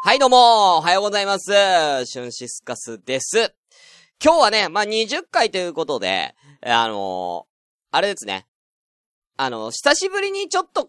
はいどうもおはようございます。シュンシスカスです。今日はね、20回ということで、あれですね。久しぶりにちょっと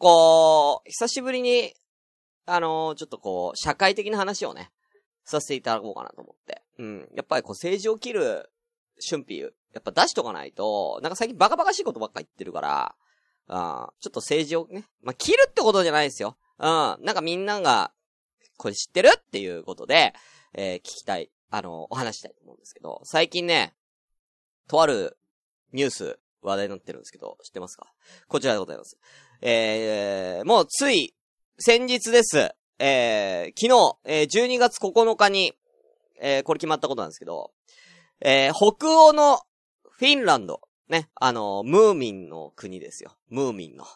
社会的な話をね、させていただこうかなと思って。やっぱり政治を切る春辟、やっぱ出しとかないと、なんか最近バカバカしいことばっか言ってるから、ちょっと政治をね、切るってことじゃないですよ。なんかみんなが、これ知ってるっていうことで、聞きたい、お話したいと思うんですけど、最近ね、とあるニュース話題になってるんですけど、知ってますか？こちらでございます。もうつい先日です。昨日、12月9日に、これ決まったことなんですけど、北欧のフィンランド、ね、ムーミンの国ですよ。ムーミンの。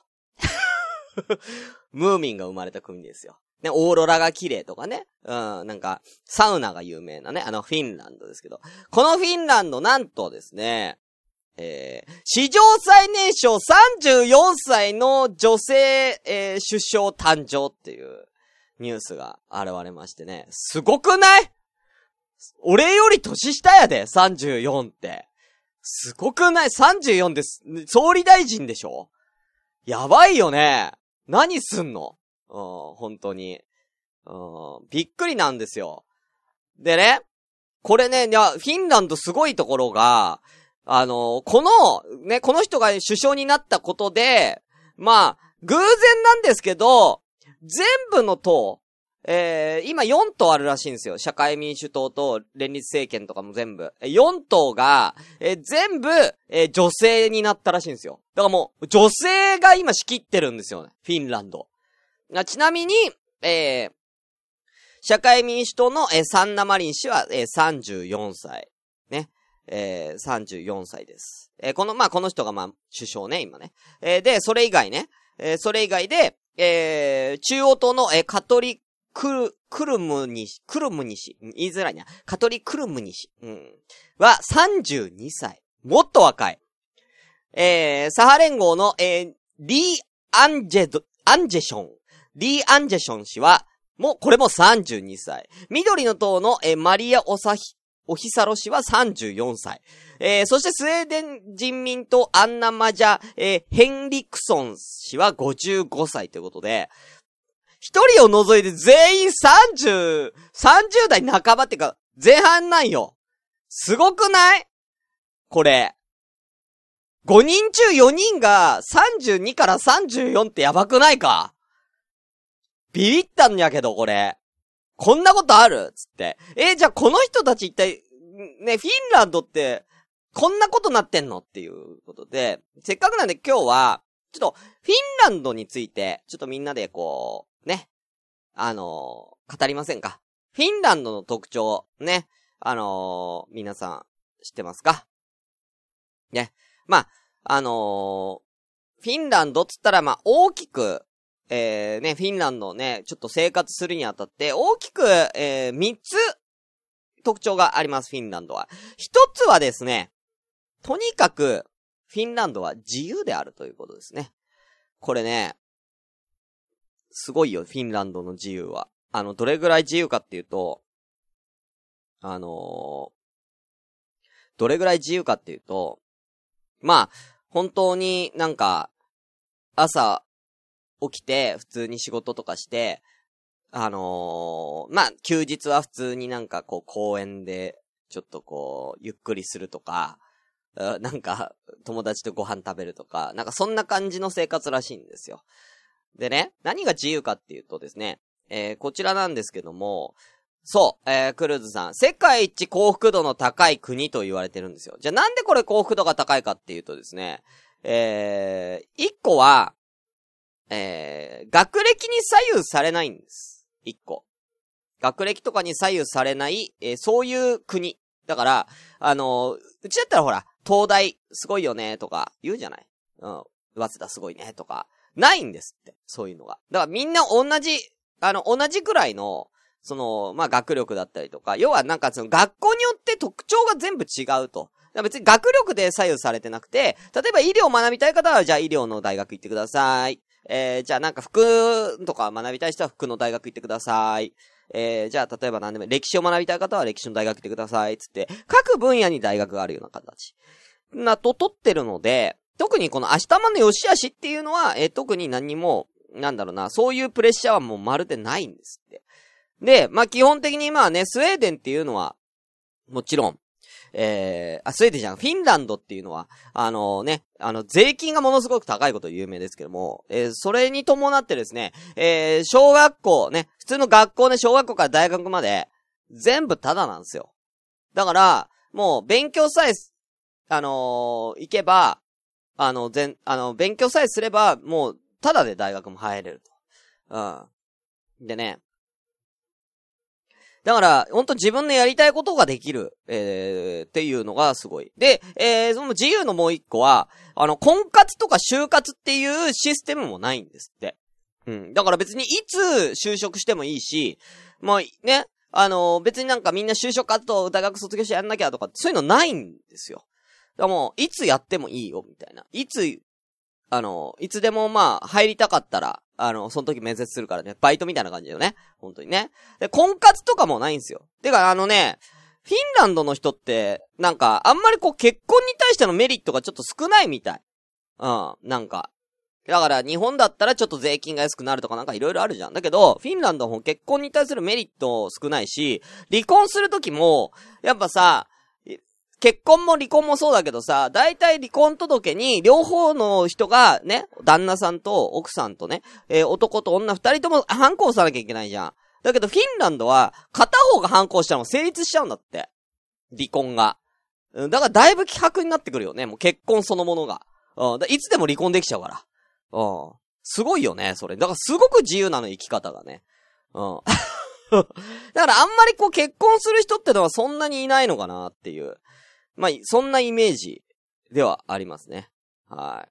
ムーミンが生まれた国ですよ。ね、オーロラが綺麗とかね。なんか、サウナが有名なね、フィンランドですけど。このフィンランド、なんとですね、史上最年少34歳の女性、首相誕生っていうニュースが現れましてね。すごくない？俺より年下やで、34って。すごくない？ 34 です。総理大臣でしょ？やばいよね。何すんの？本当に。びっくりなんですよ。でね、これね、フィンランドすごいところが、この人が首相になったことで、偶然なんですけど、全部の党、今4党あるらしいんですよ。社会民主党と連立政権とかも全部。4党が、全部、女性になったらしいんですよ。だからもう、女性が今仕切ってるんですよね。フィンランド。ちなみに、社会民主党の、サンナマリン氏は、34歳。ね。34歳です。この人が首相ね、今ね。で、それ以外ね。で、中央党の、カトリクルムニ氏。言いづらいな。カトリクルムニ氏。は32歳。もっと若い。左派連合の、リー・アンジェション氏は、これも32歳。緑の党の、マリア・オヒサロ氏は34歳。そしてスウェーデン人民党アンナ・マジャ、ヘンリクソン氏は55歳ということで、一人を除いて全員30代半ばってか、前半なんよ。すごくない？これ。5人中4人が32から34ってやばくないか？ビビったんやけど、これ。こんなことある？つって。じゃあこの人たち一体、ね、フィンランドって、こんなことなってんの？っていうことで、せっかくなんで今日は、ちょっと、フィンランドについて、ちょっとみんなで語りませんか？フィンランドの特徴、ね、皆さん、知ってますか？ね。フィンランドっつったら、大きく、フィンランドね、ちょっと生活するにあたって、大きく、3つ、特徴があります、フィンランドは。一つはですね、とにかく、フィンランドは自由であるということですね。これね、すごいよ、フィンランドの自由は。どれぐらい自由かっていうと、本当になんか、朝起きて普通に仕事とかして、休日は普通になんか公園でちょっとゆっくりするとか、なんか友達とご飯食べるとか、なんかそんな感じの生活らしいんですよ。でね、何が自由かっていうとですね、こちらなんですけども、そう、クルーズさん、世界一幸福度の高い国と言われてるんですよ。じゃあなんでこれ幸福度が高いかっていうとですね、一個は、学歴に左右されないんです。一個。学歴とかに左右されない、そういう国。だから、うちだったらほら、東大すごいよねとか言うじゃない？早稲田すごいねとか。ないんですって。そういうのが。だからみんな同じくらいの、学力だったりとか、要はなんか学校によって特徴が全部違うと。別に学力で左右されてなくて、例えば医療を学びたい方は、じゃあ医療の大学行ってください。じゃあなんか服とか学びたい人は服の大学行ってください。 じゃあ例えば何でも歴史を学びたい方は歴史の大学行ってくださいつって、各分野に大学があるような形取ってるので、特にこの明日間の良し悪しっていうのは、特に何にも、そういうプレッシャーはもうまるでないんですって。で、まあ、基本的にまあね、スウェーデンっていうのは、もちろん、スウェーデンじゃん、フィンランドっていうのは、税金がものすごく高いこと有名ですけども、それに伴ってですね、小学校ね、普通の学校ね、小学校から大学まで、全部タダなんですよ。だから、もう、勉強さえ、行けば、勉強さえすれば、もう、タダで大学も入れると。でね。だから、ほんと自分のやりたいことができる、っていうのがすごい。で、その自由のもう一個は、婚活とか就活っていうシステムもないんですって。だから別にいつ就職してもいいし、もうね、別になんかみんな就職活動大学卒業してやんなきゃとか、そういうのないんですよ。だからもう、いつやってもいいよ、みたいな。いつでもまあ、入りたかったら、その時面接するからね、バイトみたいな感じよね。本当にね。で、婚活とかもないんですよ。てか、フィンランドの人って、なんか、あんまりこう、結婚に対してのメリットがちょっと少ないみたい。なんか。だから、日本だったらちょっと税金が安くなるとかなんかいろいろあるじゃん。だけど、フィンランドも結婚に対するメリット少ないし、離婚するときも、やっぱさ、結婚も離婚もそうだけどさ、大体離婚届に両方の人がね、旦那さんと奥さんとね、男と女二人とも反抗さなきゃいけないじゃん。だけどフィンランドは片方が反抗したらもう成立しちゃうんだって。離婚が。だからだいぶ希薄になってくるよね、もう結婚そのものが。いつでも離婚できちゃうから。すごいよね、それ。だからすごく自由なの、生き方がね。だからあんまりこう結婚する人ってのはそんなにいないのかなっていう。まあ、そんなイメージではありますね。はい。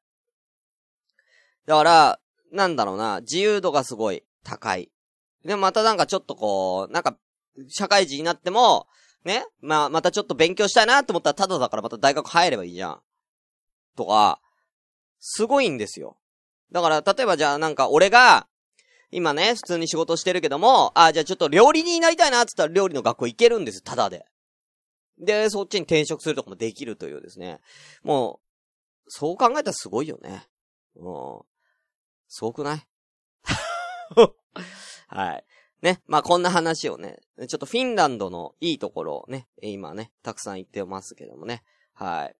だから、なんだろうな、自由度がすごい高い。で、またなんかちょっとこう、なんか、社会人になっても、ね、またちょっと勉強したいなって思ったらタダだからまた大学入ればいいじゃん。とか、すごいんですよ。だから、例えばじゃあなんか俺が、今ね、普通に仕事してるけども、じゃあちょっと料理人になりたいなって言ったら料理の学校行けるんですよ、タダで。で、そっちに転職するとかもできるというですね。もう、そう考えたらすごいよね。すごくないはい。ね。まあ、こんな話をね、ちょっとフィンランドのいいところをね、今ね、たくさん言ってますけどもね。はい。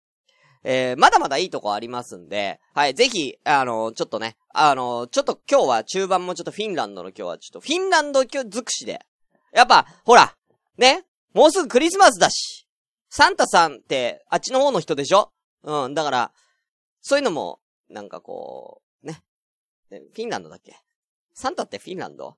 まだまだいいとこありますんで、はい。ぜひ、ちょっとね、ちょっと今日は中盤もちょっとフィンランドの今日はちょっとフィンランド尽くしで。やっぱ、ほら、ね、もうすぐクリスマスだし。サンタさんって、あっちの方の人でしょ？だから、そういうのも、なんかこう、ね。フィンランドだっけ？サンタってフィンランド？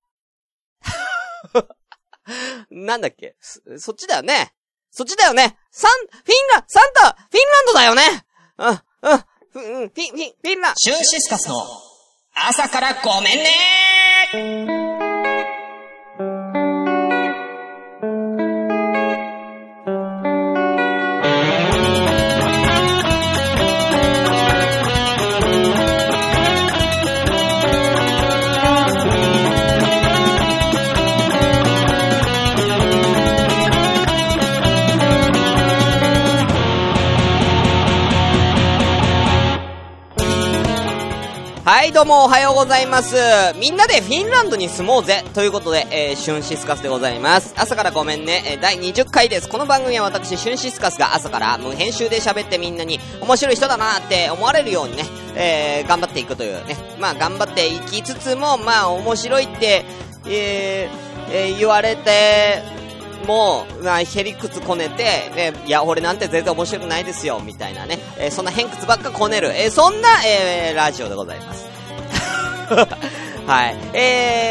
なんだっけ？そっちだよね。そっちだよね。サンタ、フィンランドだよね。フィンランド。 シュンシスカスの朝からごめんね。 はいどうもおはようございます。みんなでフィンランドに住もうぜということで、シュンシスカスでございます。朝からごめんね、第20回です。この番組は私シュンシスカスが朝から無編集で喋ってみんなに面白い人だなって思われるようにね、頑張っていくというね、まあ頑張っていきつつも、まあ面白いって、言われてもう、へりくつこねて、ね、いや、俺なんて全然面白くないですよ、みたいなね。そんな偏屈ばっかこねる、そんな、ラジオでございます。はい。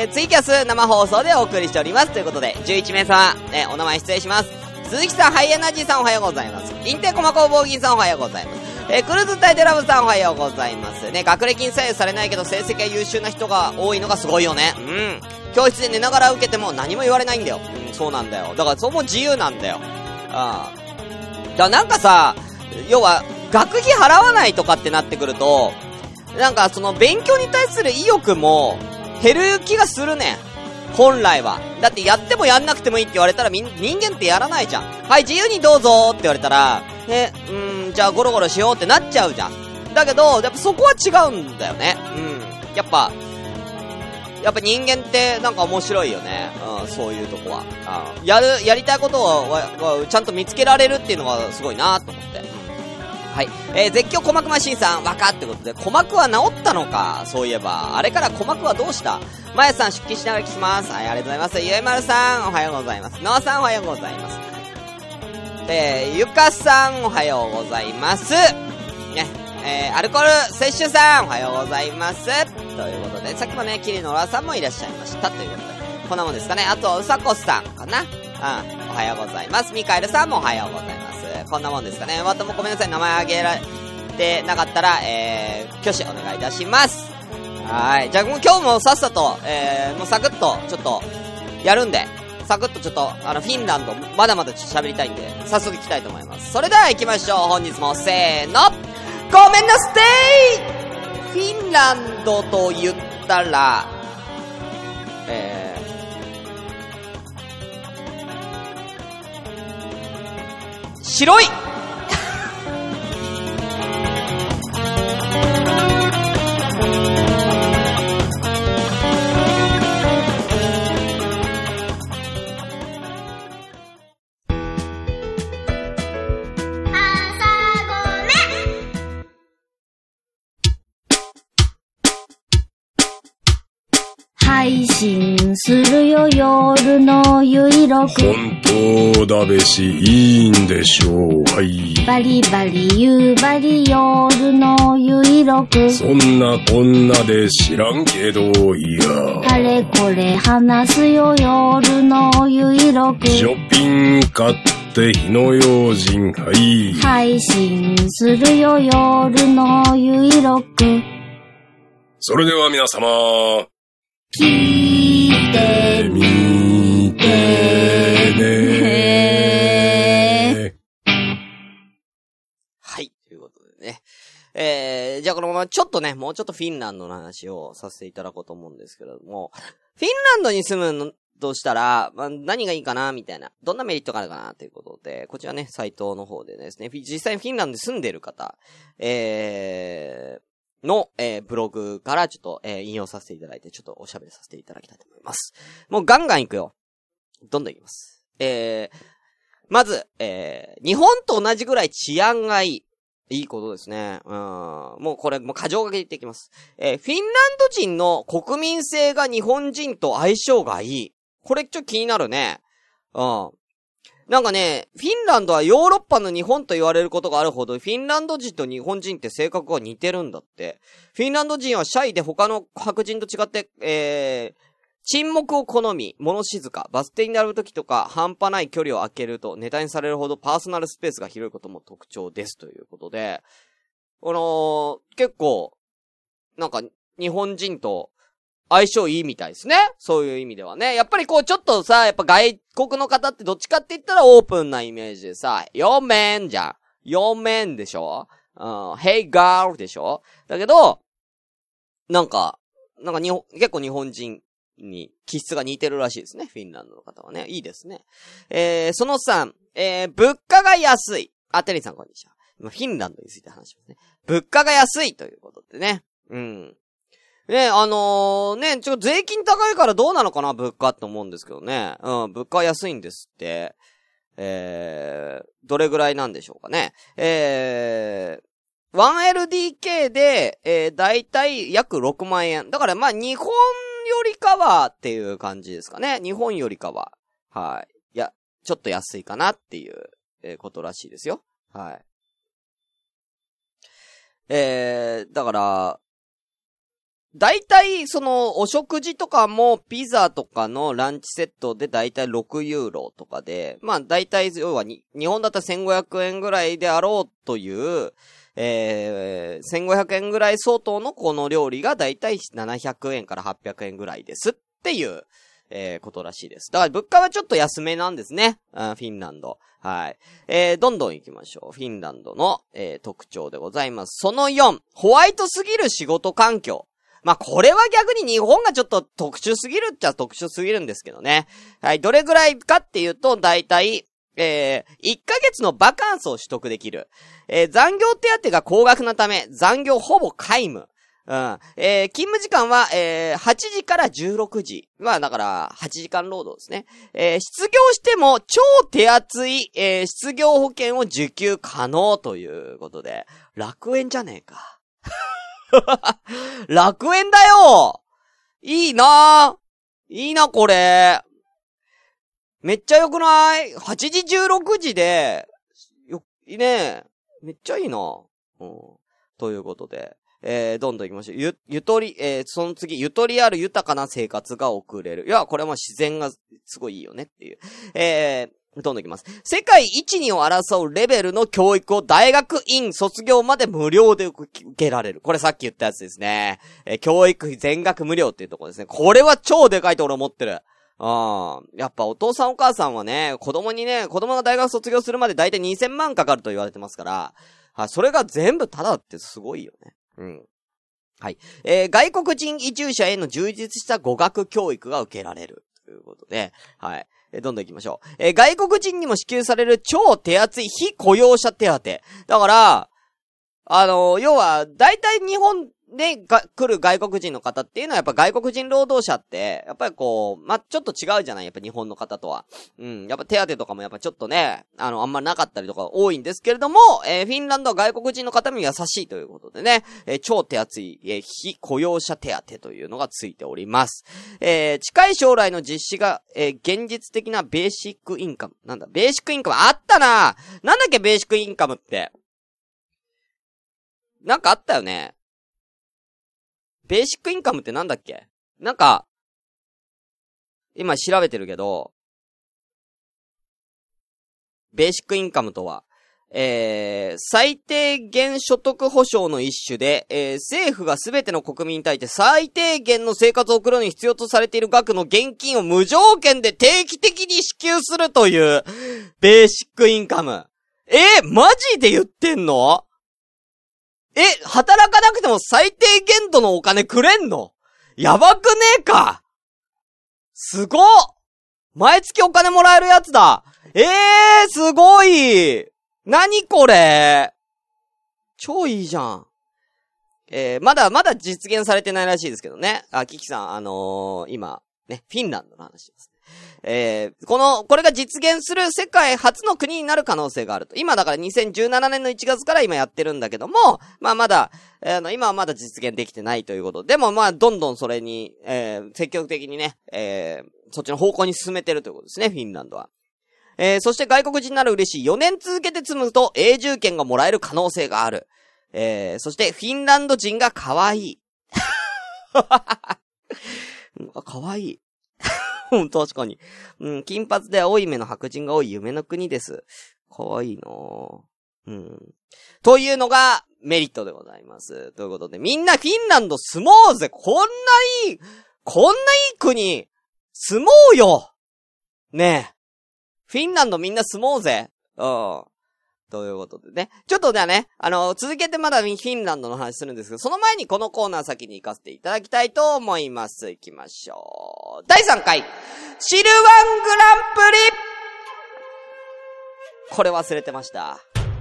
ツイキャス生放送でお送りしております。ということで、11名様、お名前失礼します。鈴木さん、ハイエナジーさんおはようございます。インテコマ工房銀さんおはようございます。クルーズタイトラブさんおはようございますね。学歴に左右されないけど成績が優秀な人が多いのがすごいよね。教室で寝ながら受けても何も言われないんだよ。そうなんだよ。だからそこも自由なんだよ。だからなんかさ、要は学費払わないとかってなってくると、なんかその勉強に対する意欲も減る気がするね。 本来は。だってやってもやんなくてもいいって言われたら人間ってやらないじゃん。はい、自由にどうぞって言われたら、じゃあゴロゴロしようってなっちゃうじゃん。だけど、やっぱそこは違うんだよね。やっぱ人間ってなんか面白いよね。そういうとこは。やりたいことをちゃんと見つけられるっていうのがすごいなと思って。はい。絶叫鼓膜マシンさん、わかってことで、鼓膜は治ったのか。そういえば、あれから鼓膜はどうした？まやさん出勤しながら聞きます。はい、ありがとうございます。ゆえまるさん、おはようございます。のあさん、おはようございます。ゆかさん、おはようございます。ね。アルコール摂取さん、おはようございます。ということで、さっきもね、キリノラさんもいらっしゃいました。ということで、こんなもんですかね。あと、うさこさんかな。おはようございます。ミカエルさんもおはようございます。こんなもんですかね。またもごめんなさい。名前あげられてなかったら、挙手お願いいたします。はい。じゃあもう今日もさっさと、もうサクッと、ちょっと、やるんで、サクッとちょっと、フィンランド、まだまだちょっと喋りたいんで、早速行きたいと思います。それでは行きましょう。本日もせーの。ごめんなさい。フィンランドと言ったら、白い配信するよ夜のゆいろく本当だべしいいんでしょうはいバリバリ夕張夜のゆいろくそんなこんなで知らんけどいやあれこれ話すよ夜のゆいろくショッピング買って火の用心はい配信するよ夜のゆいろくそれでは皆様聞いてみてね。 はい。ということでね。じゃあこのままちょっとね、もうちょっとフィンランドの話をさせていただこうと思うんですけれども、フィンランドに住むのとしたら、何がいいかなみたいな。どんなメリットがあるかなということで、こちらね、サイトの方でですね、実際にフィンランドに住んでいる方、の、ブログからちょっと、引用させていただいて、ちょっとおしゃべりさせていただきたいと思います。もうガンガン行くよ。どんどん行きます。まず、日本と同じぐらい治安がいい。いいことですね。もうこれ、もう過剰書きで言っていきます。フィンランド人の国民性が日本人と相性がいい。これちょっと気になるね。なんかね、フィンランドはヨーロッパの日本と言われることがあるほど、フィンランド人と日本人って性格が似てるんだって。フィンランド人はシャイで他の白人と違って、沈黙を好み、物静か、バス停に並ぶときとか、半端ない距離を空けると、ネタにされるほどパーソナルスペースが広いことも特徴ですということで、結構、なんか、日本人と、相性いいみたいですね。そういう意味ではね。やっぱりこうちょっとさ、やっぱ外国の方ってどっちかって言ったらオープンなイメージでさ、ヨーメンじゃん。ヨーメンでしょHey girl でしょだけど、なんか結構日本人に気質が似てるらしいですね。フィンランドの方はね。いいですね。その3、物価が安い。テリーさんこんにちは。フィンランドについて話しますね。物価が安いということでね。ね、ちょっと税金高いからどうなのかな、物価って思うんですけどね。物価は安いんですって。どれぐらいなんでしょうかね。1LDK で、だいたい約6万円。だからまあ、日本よりかはっていう感じですかね。日本よりかは。はい。いや、ちょっと安いかなっていう、ことらしいですよ。はい。だから、大体、お食事とかも、ピザとかのランチセットで大体6ユーロとかで、まあ大体、要は日本だったら1500円ぐらいであろうという、1500円ぐらい相当のこの料理が大体700円から800円ぐらいですっていう、ことらしいです。だから物価はちょっと安めなんですね。フィンランド。はい。どんどん行きましょう。フィンランドの、特徴でございます。その4、ホワイトすぎる仕事環境。 まあ、これは逆に日本がちょっと特殊すぎるっちゃ特殊すぎるんですけどね。はい、どれぐらいかっていうと、だいたい、1ヶ月のバカンスを取得できる。残業手当が高額なため、残業ほぼ皆無。勤務時間は、8時から16時。まあ、だから、8時間労働ですね。失業しても超手厚い、失業保険を受給可能ということで、楽園じゃねえか。楽園だよ。いいなこれ。めっちゃ良くない ?8 時16時で、いいね。めっちゃいいな。ということで。どんどん行きましょう。ゆとり、その次、ゆとりある豊かな生活が送れる。いや、これはもう自然がすごいいいよねっていう。どんどん行きます。世界一二を争うレベルの教育を大学院卒業まで無料で受けられる。これさっき言ったやつですね。教育費全額無料っていうところですね。これは超でかいと俺思ってる。やっぱお父さんお母さんはね、子供が大学卒業するまでだいたい2000万かかると言われてますから、それが全部タダってすごいよね。はい。外国人移住者への充実した語学教育が受けられる。ということで、はい。どんどん行きましょう。外国人にも支給される超手厚い非雇用者手当。だから、要は、大体日本で来る外国人の方っていうのはやっぱ外国人労働者って、やっぱりこう、ちょっと違うじゃないやっぱ日本の方とは。やっぱ手当とかもやっぱちょっとね、あんまなかったりとか多いんですけれども、フィンランドは外国人の方にも優しいということでね、超手厚い、非雇用者手当というのがついております。近い将来の実施が、現実的なベーシックインカム。なんだ、ベーシックインカムあったな。なんだっけベーシックインカムって。なんかあったよね。ベーシックインカムってなんだっけ？なんか、今調べてるけど、ベーシックインカムとは、最低限所得保障の一種で、政府がすべての国民に対して最低限の生活を送るのに必要とされている額の現金を無条件で定期的に支給するという、ベーシックインカム。マジで言ってんの？働かなくても最低限度のお金くれんの？やばくねえか？すごっ！毎月お金もらえるやつだ！すごい！何これ？超いいじゃん。まだ実現されてないらしいですけどね。キキさん、今、ね、フィンランドの話です。これが実現する世界初の国になる可能性があると。今だから2017年の1月から今やってるんだけども、まだ、今はまだ実現できてないということ。でもどんどんそれに、積極的にね、そっちの方向に進めてるということですね、フィンランドは。そして外国人なら嬉しい4年続けて積むと永住権がもらえる可能性がある。そしてフィンランド人が可愛い。可愛い。確かに。金髪で青い目の白人が多い夢の国です。かわいいなぁ。というのがメリットでございます。ということで、みんなフィンランド住もうぜ。こんないい国、住もうよねえ。フィンランドみんな住もうぜ。ということでね。ちょっとね、続けてまだフィンランドの話するんですけど、その前にこのコーナー先に行かせていただきたいと思います。行きましょう。第3回、シルワングランプリ！これ忘れてました。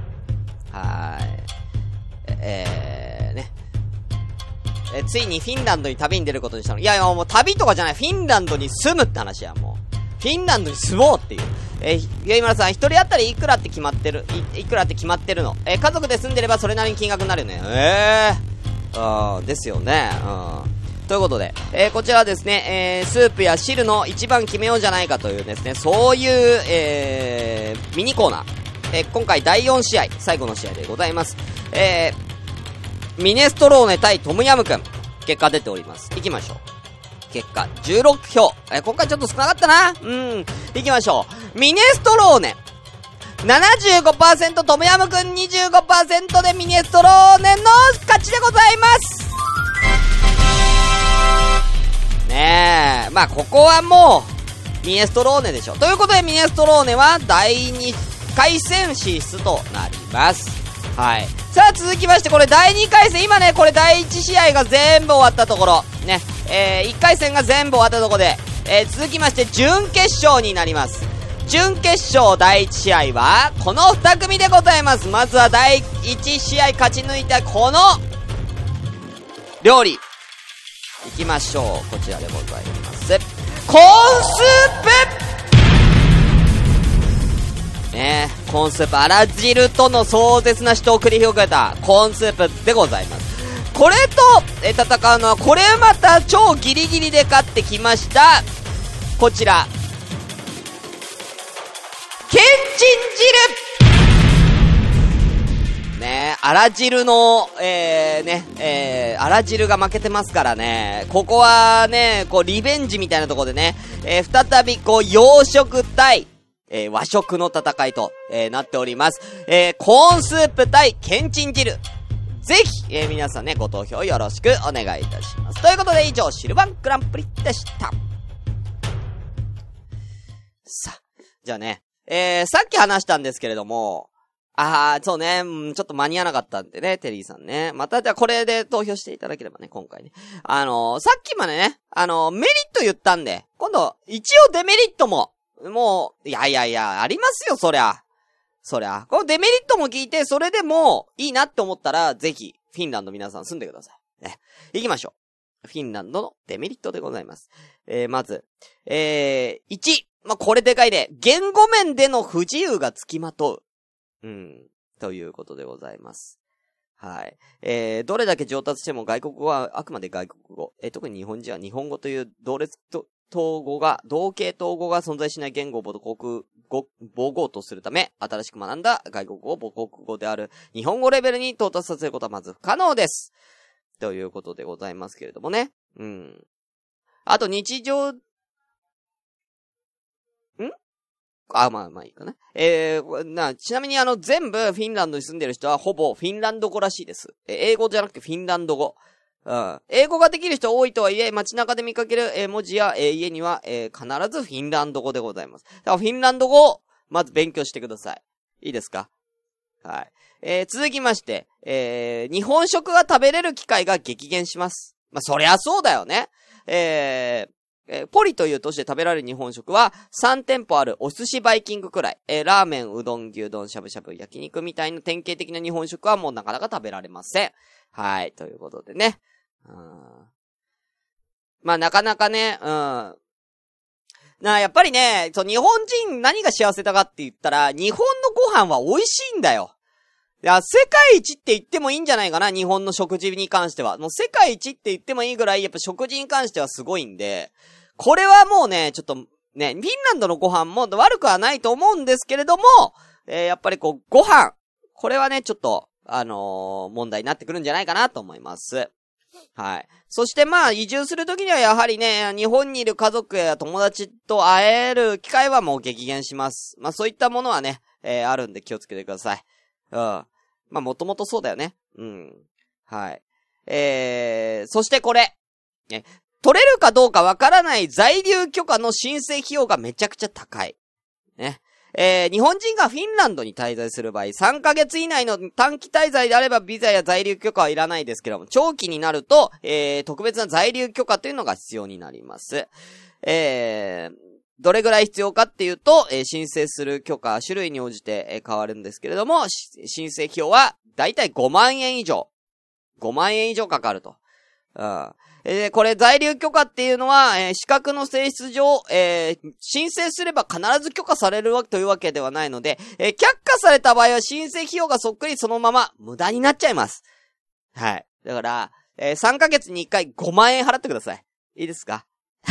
ついにフィンランドに旅に出ることにしたの。いやもう旅とかじゃない、フィンランドに住むって話や、もう。フィンランドに住もうっていう。ゆいまるさん、一人当たりいくらって決まってるの。家族で住んでればそれなりに金額になるよね。ですよね。ということで、こちらはですね、スープや汁の一番決めようじゃないかというですね、そういう、ミニコーナー。今回第4試合、最後の試合でございます。ミネストローネ対トムヤムくん。結果出ております。行きましょう。結果、16票。今回ちょっと少なかったな。行きましょう。ミネストローネ。75% トムヤムくん 25% でミネストローネの勝ちでございます。ねえ。ここはもう、ミネストローネでしょ。ということで、ミネストローネは第2回戦進出となります。はい。 さあ続きまして、これ第2回戦、今ね、これ第1試合が全部終わったところ、ね、1回戦が全部終わったところで、続きまして準決勝になります。準決勝第1試合は、この2組でございます。まずは第1試合勝ち抜いたこの、料理。行きましょう。こちらでございます。コーンスープねえ、コーンスープ、あら汁との壮絶な死闘を繰り広げたコーンスープでございます。これと、戦うのは、これまた超ギリギリで勝ってきました。こちら。けんちん汁ねえ、あら汁の、あら汁が負けてますからね。ここはね、こう、リベンジみたいなところでね、再び、こう、洋食対、和食の戦いと、なっております。コーンスープ対けんちん汁。ぜひ、皆さんね、ご投票よろしくお願いいたします。ということで、以上、シルバングランプリでした。さあ、じゃあね、さっき話したんですけれども、そうね、ちょっと間に合わなかったんでね、テリーさんね。またじゃあこれで投票していただければね、今回ね。さっきまでね、メリット言ったんで、今度、一応デメリットも、もう、いや、ありますよ、そりゃ。このデメリットも聞いて、それでもいいなって思ったら、ぜひ、フィンランド皆さん住んでください。ね。行きましょう。フィンランドのデメリットでございます。まず、1、これでかいで、言語面での不自由がつきまとう。ということでございます。はい。どれだけ上達しても外国語はあくまで外国語。特に日本人は日本語という同系統合が存在しない言語を母語とするため、新しく学んだ外国語を母国語である日本語レベルに到達させることはまず不可能です。ということでございますけれどもね。あと日常、まあいいかな。ちなみに全部フィンランドに住んでる人はほぼフィンランド語らしいです。英語じゃなくてフィンランド語。英語ができる人多いとはいえ、街中で見かける文字や家には必ずフィンランド語でございます。だからフィンランド語をまず勉強してください。いいですか？はい。続きまして、日本食が食べれる機会が激減します。そりゃそうだよね。ポリという都市で食べられる日本食は3店舗あるお寿司バイキングくらい。ラーメン、うどん、牛丼、しゃぶしゃぶ、焼肉みたいな典型的な日本食はもうなかなか食べられません。はい。ということでね。なかなかね、やっぱりね、日本人何が幸せだかって言ったら、日本のご飯は美味しいんだよ。いや、世界一って言ってもいいんじゃないかな、日本の食事に関しては。もう世界一って言ってもいいぐらい、やっぱ食事に関してはすごいんで、これはもうね、ちょっとね、フィンランドのご飯も悪くはないと思うんですけれども、やっぱりご飯、これはね、ちょっと、問題になってくるんじゃないかなと思います。はい。そして移住するときにはやはりね、日本にいる家族や友達と会える機会はもう激減します。そういったものはね、あるんで気をつけてください。もともとそうだよね。はい。そしてこれ。取れるかどうかわからない在留許可の申請費用がめちゃくちゃ高い。ね。日本人がフィンランドに滞在する場合、3ヶ月以内の短期滞在であればビザや在留許可はいらないですけども、長期になると、特別な在留許可というのが必要になります。どれぐらい必要かっていうと、申請する許可、種類に応じて、変わるんですけれども、申請費用はだいたい5万円以上。5万円以上かかると。これ在留許可っていうのは、資格の性質上、申請すれば必ず許可されるというわけではないので、却下された場合は申請費用がそっくりそのまま無駄になっちゃいます。はい。だから、3ヶ月に1回5万円払ってください。いいですか？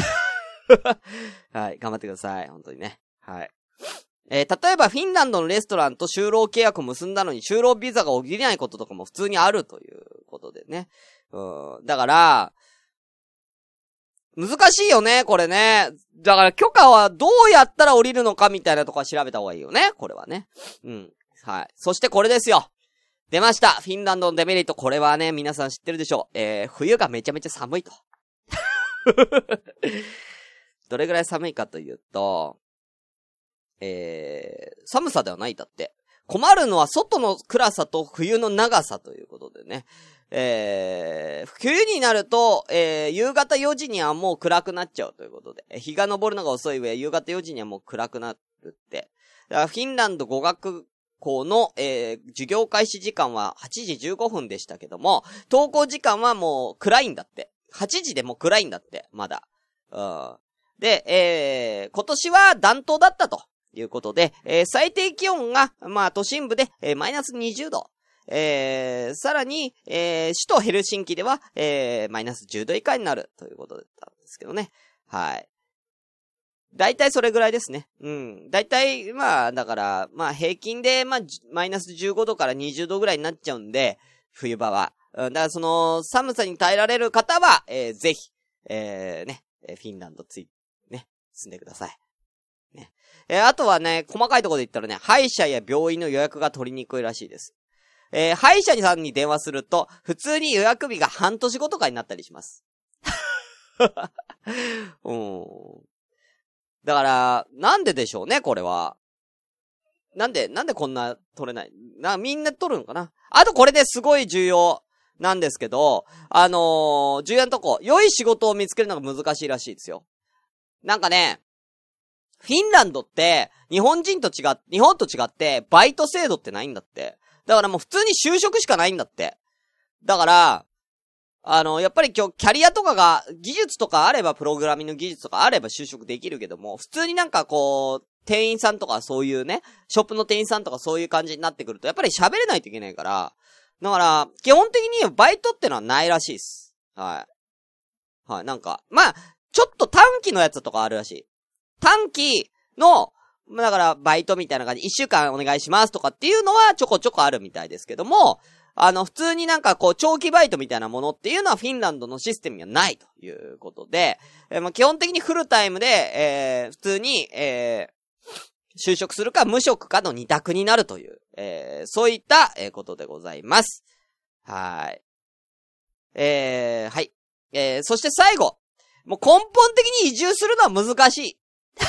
はい。頑張ってください。本当にね。はい。例えばフィンランドのレストランと就労契約を結んだのに就労ビザが下りないこととかも普通にあるということでね。だから、難しいよね、これね。だから許可はどうやったら降りるのかみたいなとこは調べた方がいいよね、これはね。はい。そしてこれですよ。出ました。フィンランドのデメリット。これはね、皆さん知ってるでしょう。冬がめちゃめちゃ寒いと。どれぐらい寒いかというと、寒さではないだって。 困るのは外の暗さと冬の長さということでね。冬になると、夕方4時にはもう暗くなっちゃうということで、日が昇るのが遅い上、夕方4時にはもう暗くなるって。だからフィンランド語学校の、授業開始時間は8時15分でしたけども、登校時間はもう暗いんだって。8時でもう暗いんだって、まだ。で、今年は暖冬だったということで、最低気温が、まあ都心部で、マイナス20度。さらに、首都ヘルシンキでは、マイナス10度以下になるということだったんですけどね。はい。だいたいそれぐらいですね。うん。だいたい、まあ、だから、まあ平均で、まあ、マイナス15度から20度ぐらいになっちゃうんで、冬場は。だからその、寒さに耐えられる方は、ぜひ、ね、フィンランドね、住んでください。ね。あとはね、細かいところで言ったらね、歯医者や病院の予約が取りにくいらしいです。歯医者さんに電話すると、普通に予約日が半年後とかになったりします。だから、なんででしょうね、これは。なんでこんな取れないみんな取るのかな。あとこれですごい重要なんですけど、重要なとこ、良い仕事を見つけるのが難しいらしいですよ。なんかね、フィンランドって、日本と違って、バイト制度ってないんだって。だからもう普通に就職しかないんだって。だから、やっぱりキャリアとかが、技術とかあれば、プログラミング技術とかあれば就職できるけども、普通になんかこう、店員さんとかそういうね、ショップの店員さんとかそういう感じになってくると、やっぱり喋れないといけないから、だから、基本的にバイトってのはないらしいです。はい。はい、なんか、まあ、ちょっと短期のやつとかあるらしい。短期の、だからバイトみたいな感じ、1週間お願いしますとかっていうのはちょこちょこあるみたいですけども、普通になんかこう長期バイトみたいなものっていうのはフィンランドのシステムにはないということで、まあ、基本的にフルタイムで、普通に、就職するか無職かの二択になるという、そういった、ことでございます。はい。はい。そして最後。もう根本的に移住するのは難しい。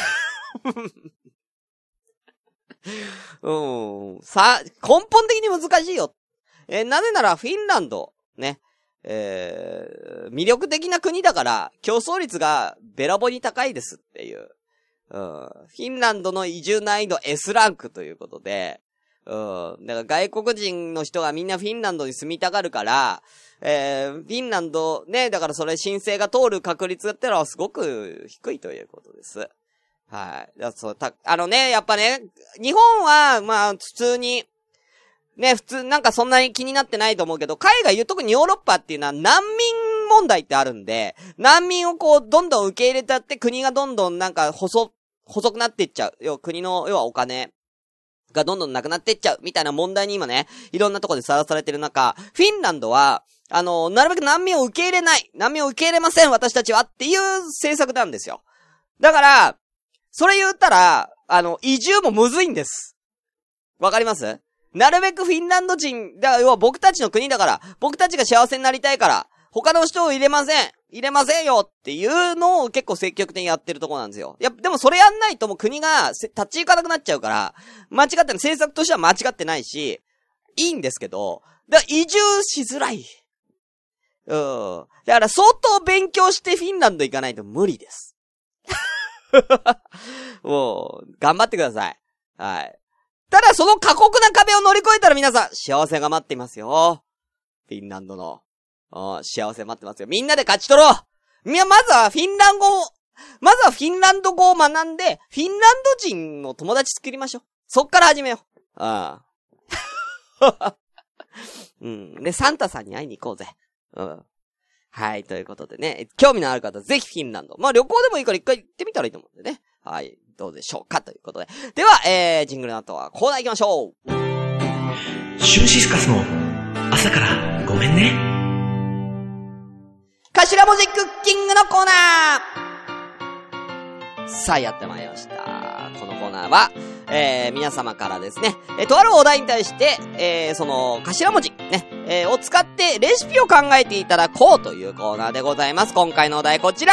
根本的に難しいよ。なぜならフィンランド、ね、魅力的な国だから、競争率がべらぼうに高いですっていう。フィンランドの移住難易度 S ランクということで、だから外国人の人がみんなフィンランドに住みたがるから、フィンランドね、だからそれ申請が通る確率ってのはすごく低いということです。はい。やっぱね、日本は、まあ、普通に、ね、なんかそんなに気になってないと思うけど、海外、特にヨーロッパっていうのは難民問題ってあるんで、難民をこう、どんどん受け入れたって国がどんどんなんか細くなっていっちゃう。国の、要はお金がどんどんなくなっていっちゃう。みたいな問題に今ね、いろんなところでさらされてる中、フィンランドは、なるべく難民を受け入れない。難民を受け入れません、私たちはっていう政策なんですよ。だから、それ言ったら、移住もむずいんです。わかります？なるべくフィンランド人、要は僕たちの国だから、僕たちが幸せになりたいから、他の人を入れませんよっていうのを結構積極的にやってるところなんですよ。でもそれやんないともう国が立ち行かなくなっちゃうから、間違ってない、政策としては間違ってないし、いいんですけど、移住しづらい。だから相当勉強してフィンランド行かないと無理です。もう、頑張ってください。はい。ただその過酷な壁を乗り越えたら皆さん、幸せが待っていますよ。フィンランドの、幸せ待ってますよ。みんなで勝ち取ろう。まずはフィンランド語を学んで、フィンランド人の友達作りましょう。そっから始めよう。で、サンタさんに会いに行こうぜ。はい、ということでね、興味のある方、ぜひフィンランド。まあ、旅行でもいいから一回行ってみたらいいと思うんでね。はい、どうでしょうかということで。では、ジングルの後はコーナー行きましょう。 シュンシスカスの朝からごめんね。 頭文字クッキングのコーナー。さあ、やってまいりました。このコーナーは、皆様からですね、とあるお題に対して、その頭文字ね、を使ってレシピを考えていただこうというコーナーでございます。今回のお題こちら。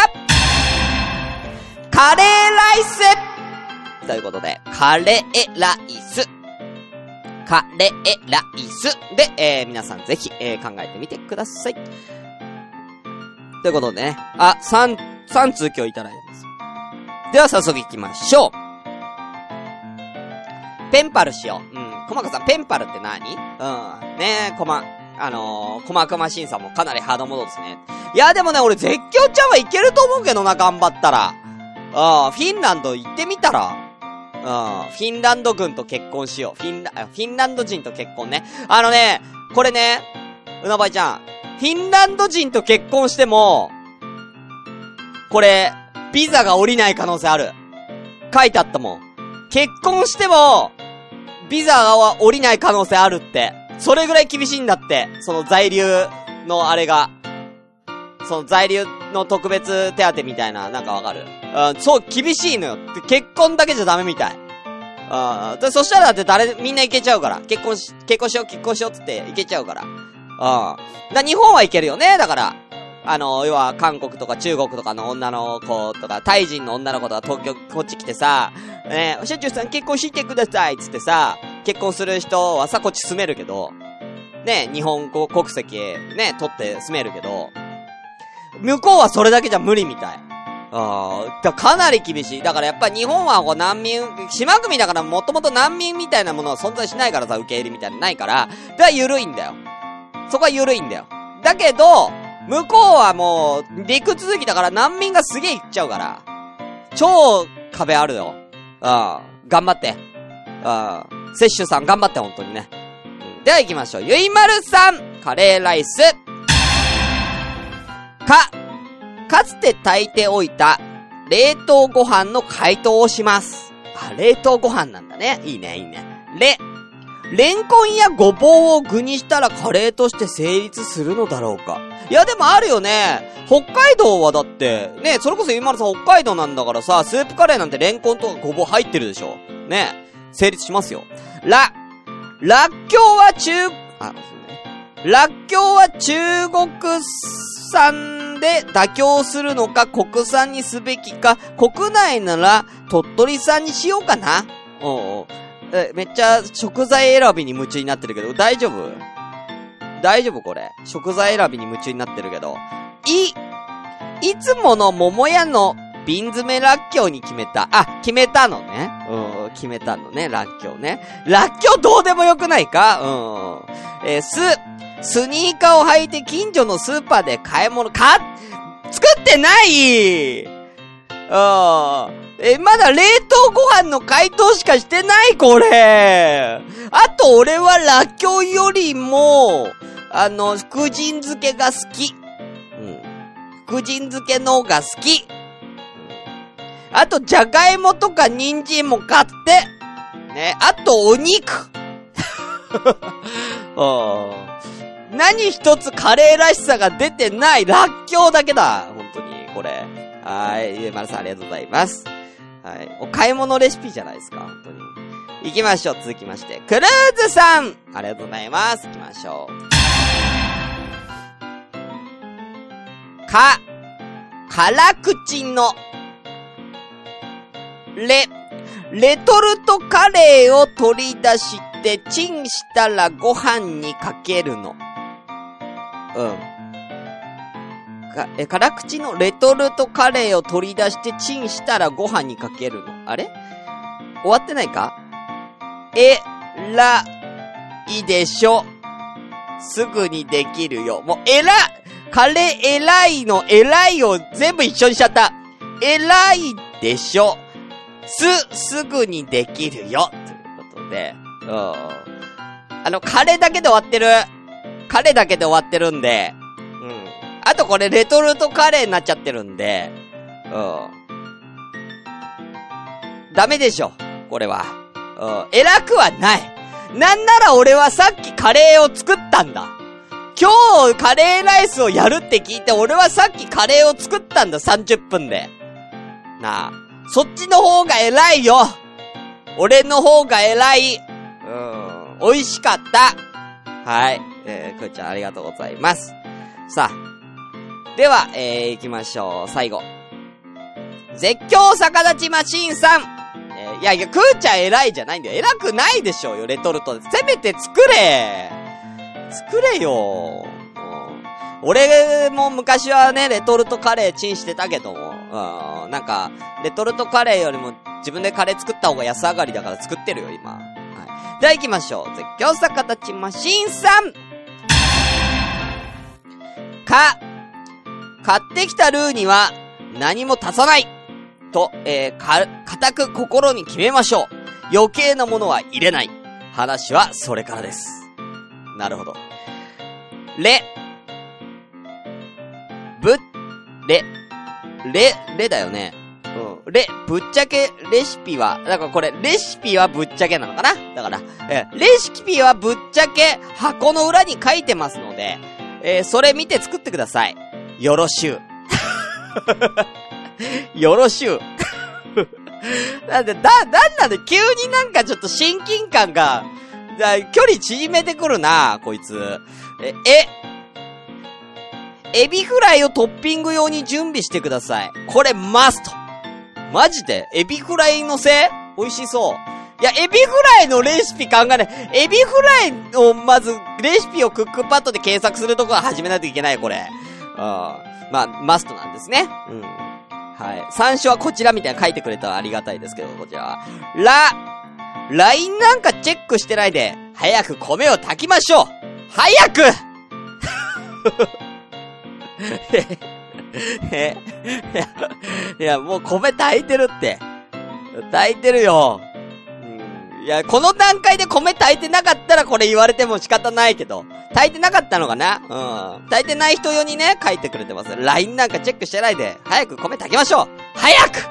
カレーライスということで、カレーライス。 カレーライスで、皆さんぜひ、考えてみてください。ということでね、3通今日いただいてます。では早速行きましょう。ペンパルしよう。細かさん、ペンパルって何？ねえ、細か審査もかなりハードモードですね。いや、でもね、俺絶叫ちゃんはいけると思うけどな、頑張ったら。フィンランド行ってみたら。フィンランド軍と結婚しよう。フィンランド人と結婚ね。これね、うなばいちゃん。フィンランド人と結婚しても、これ、ビザが降りない可能性ある。書いてあったもん。結婚しても、ビザが降りない可能性あるって。それぐらい厳しいんだって。その在留のあれが。その在留の特別手当みたいな、なんかわかる？そう、厳しいのよ。結婚だけじゃダメみたい。そしたらだってみんな行けちゃうから。結婚しようつって行けちゃうから。日本は行けるよね。だから。要は韓国とか中国とかの女の子とか、タイ人の女の子とか東京こっち来てさ、社長さん結婚してくださいつってさ、結婚する人はさ、こっち住めるけど、ね、日本国籍ね、取って住めるけど、向こうはそれだけじゃ無理みたい。かなり厳しい。だからやっぱ日本はこう難民、島国だからもともと難民みたいなものは存在しないからさ、受け入れみたいなのないから、だから緩いんだよ。そこは緩いんだよ。だけど、向こうはもう、陸続きだから難民がすげえ行っちゃうから。超壁あるよ。頑張って。摂取さん頑張って本当にね。では行きましょう。ゆいまるさん、カレーライス。かつて炊いておいた冷凍ご飯の解凍をします。冷凍ご飯なんだね。いいね、いいね。レンコンやごぼうを具にしたらカレーとして成立するのだろうか。いやでもあるよね。北海道はだって、ね、それこそゆいまるさん北海道なんだからさ、スープカレーなんてレンコンとかごぼう入ってるでしょ。ね。成立しますよ。らっきょうは中国産で妥協するのか国産にすべきか、国内なら鳥取産にしようかな。めっちゃ食材選びに夢中になってるけど、大丈夫これ。食材選びに夢中になってるけど。いつもの桃屋の瓶詰めらっきょうに決めたのね。決めたのね、らっきょうね。らっきょうどうでもよくないか？スニーカーを履いて近所のスーパーで買い物作ってないまだ冷凍ご飯の解凍しかしてないこれ。あと俺はらっきょうよりも、福神漬けが好き。福神漬けの方が好き。あと、じゃがいもとか人参も買って。ね。あと、お肉。何一つカレーらしさが出てない。らっきょうだけだ。本当に、これ。はい。ゆうまるさんありがとうございます。はい。お買い物レシピじゃないですか。本当に。行きましょう。続きまして。クルーズさんありがとうございます。行きましょう。辛口のレトルトカレーを取り出してチンしたらご飯にかけるの。辛口のレトルトカレーを取り出してチンしたらご飯にかけるの。あれ？終わってないか？らいでしょ。すぐにできるよ。もうカレー偉いの偉いを全部一緒にしちゃった。偉いでしょ。すぐにできるよ。ということで。カレーだけで終わってる。カレーだけで終わってるんで。あとこれレトルトカレーになっちゃってるんで。ダメでしょ。これは。偉くはない。なんなら俺はさっきカレーを作ったんだ。今日カレーライスをやるって聞いて俺はさっきカレーを作ったんだ。30分で。なあ。そっちの方が偉いよ。俺の方が偉い。美味しかった。はい。くーちゃんありがとうございます。さあ。では、行きましょう。最後。絶叫逆立ちマシーンさん。 いや、くーちゃん偉いじゃないんだよ。偉くないでしょうよ、レトルトで。せめて作れよ。俺も昔はね、レトルトカレーチンしてたけども、なんか、レトルトカレーよりも自分でカレー作った方が安上がりだから作ってるよ、今。はい。では行きましょう。絶叫逆立ちマシンさん。買ってきたルーには何も足さない。と、固く心に決めましょう。余計なものは入れない。話はそれからです。なるほど。レだよね。ぶっちゃけレシピは、だからこれ、レシピはぶっちゃけなのかな？だから、レシピはぶっちゃけ箱の裏に書いてますので、それ見て作ってください。よろしゅう。よろしゅう。なんで、なんで急になんかちょっと親近感が、距離縮めてくるな、こいつ。エビフライをトッピング用に準備してください。これマスト。マジでエビフライのせい？美味しそう。いや、エビフライのレシピ考えない。エビフライをまず、レシピをクックパッドで検索するところから始めないといけない、これ。まあ、マストなんですね。うん。はい。参照はこちらみたいな書いてくれたらありがたいですけど、こちらは。LINE なんかチェックしてないで、早く米を炊きましょう。早くいや、もう米炊いてるって。炊いてるよ。いや、この段階で米炊いてなかったらこれ言われても仕方ないけど。炊いてなかったのかな？炊いてない人用にね、書いてくれてます。LINE なんかチェックしてないで、早く米炊きましょう！早く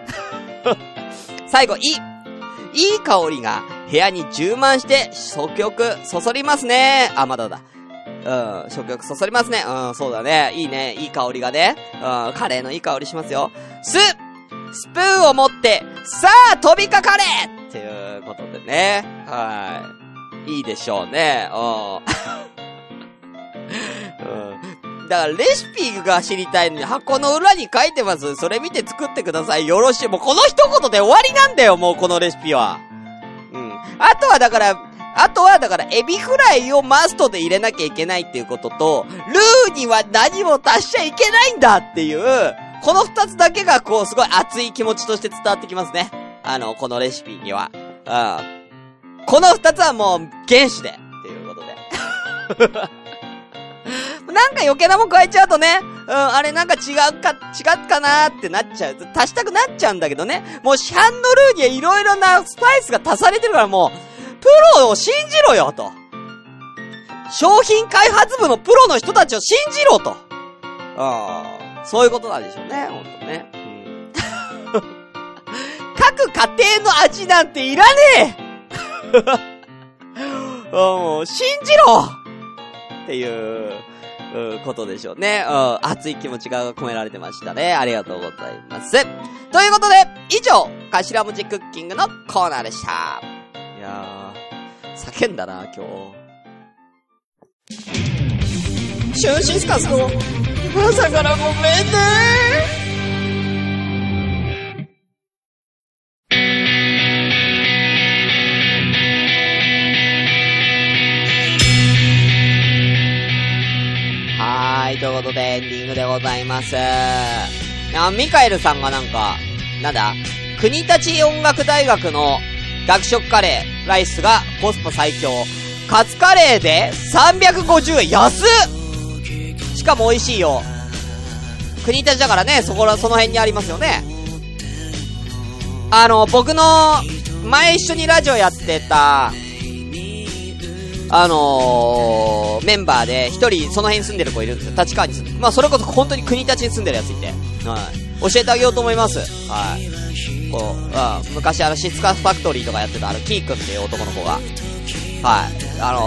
最後、いい香りが部屋に充満して食欲そそりますね。まだだ。食欲そそりますね。そうだね。いいね。いい香りがね。カレーのいい香りしますよ。スプーンを持って、さあ飛びかかれっていうことでね。はい。いいでしょうね。だからレシピが知りたいのに箱の裏に書いてます。それ見て作ってください。よろしい。もうこの一言で終わりなんだよ、もうこのレシピは。あとはだから、エビフライをマストで入れなきゃいけないっていうことと、ルーには何も足しちゃいけないんだっていう、この二つだけがこう、すごい熱い気持ちとして伝わってきますね。このレシピには。この二つはもう、原始で、っていうことで。なんか余計なもん加えちゃうとね、あれなんか違うかなーってなっちゃう。足したくなっちゃうんだけどね。もう市販のルーにはいろいろなスパイスが足されてるからもう、プロを信じろよと。商品開発部のプロの人たちを信じろと。そういうことなんでしょうね、ほんとね。各家庭の味なんていらねえもう信じろっていうことでしょうね。熱い気持ちが込められてましたね。ありがとうございます。ということで、以上、頭文字クッキングのコーナーでした。いやー、叫んだな、今日。シュンシスカスの朝からごめんね。はい、ということでエンディングでございます。ミカエルさんがなんか、なんだ国立音楽大学の学食カレーライスがコスパ最強。カツカレーで350円。安っ！しかも美味しいよ。国立だからね、その辺にありますよね。僕の前一緒にラジオやってたメンバーで一人その辺に住んでる子いるんですよ。立川に住んでる。まあそれこそ本当に国立に住んでるやついて、はい、教えてあげようと思います。はい。昔シスカファクトリーとかやってたキー君っていう男の子が、はい、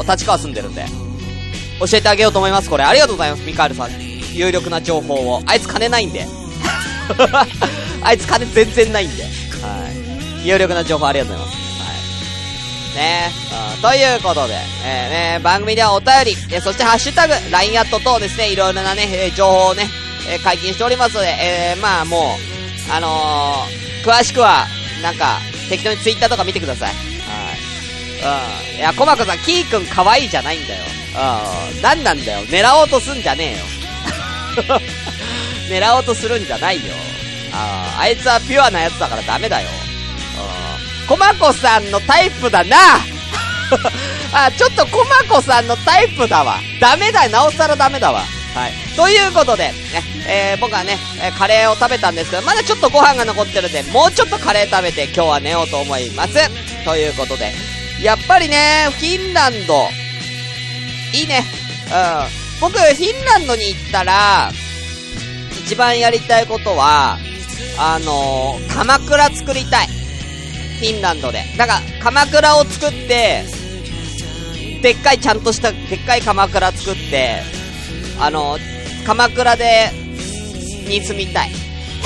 立川住んでるんで教えてあげようと思います。これありがとうございます、ミカエルさん。有力な情報を。あいつ金ないんであいつ金全然ないんで、はい、有力な情報ありがとうございます。ね、ということで、ね、番組ではお便り、そしてハッシュタグ、LINE アット等ですね、いろいろなね、情報をね、解禁しておりますので、まあもう、詳しくは、なんか、 適当にツイッターとか見てください。はい。いや、コマコさん、キーくん可愛いじゃないんだよ。なんなんだよ。狙おうとすんじゃねえよ。狙おうとするんじゃないよ。あいつはピュアなやつだからダメだよ。コマコさんのタイプだな。ちょっとコマコさんのタイプだわ。ダメだよ。なおさらダメだわ。はい。ということで、ね、僕はね、カレーを食べたんですけど、まだちょっとご飯が残ってるんで、もうちょっとカレー食べて今日は寝ようと思います。ということで、やっぱりね、フィンランド、いいね。僕、フィンランドに行ったら、一番やりたいことは、鎌倉作りたい。フィンランドで。だから、鎌倉を作って、でっかいちゃんとした、でっかい鎌倉作って、鎌倉に住みたい。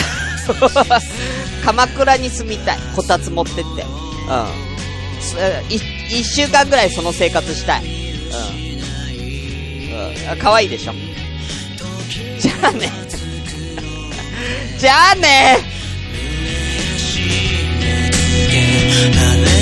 鎌倉に住みたい。こたつ持ってって。一週間ぐらいその生活したい。可愛いでしょ。じゃあね。じゃあね。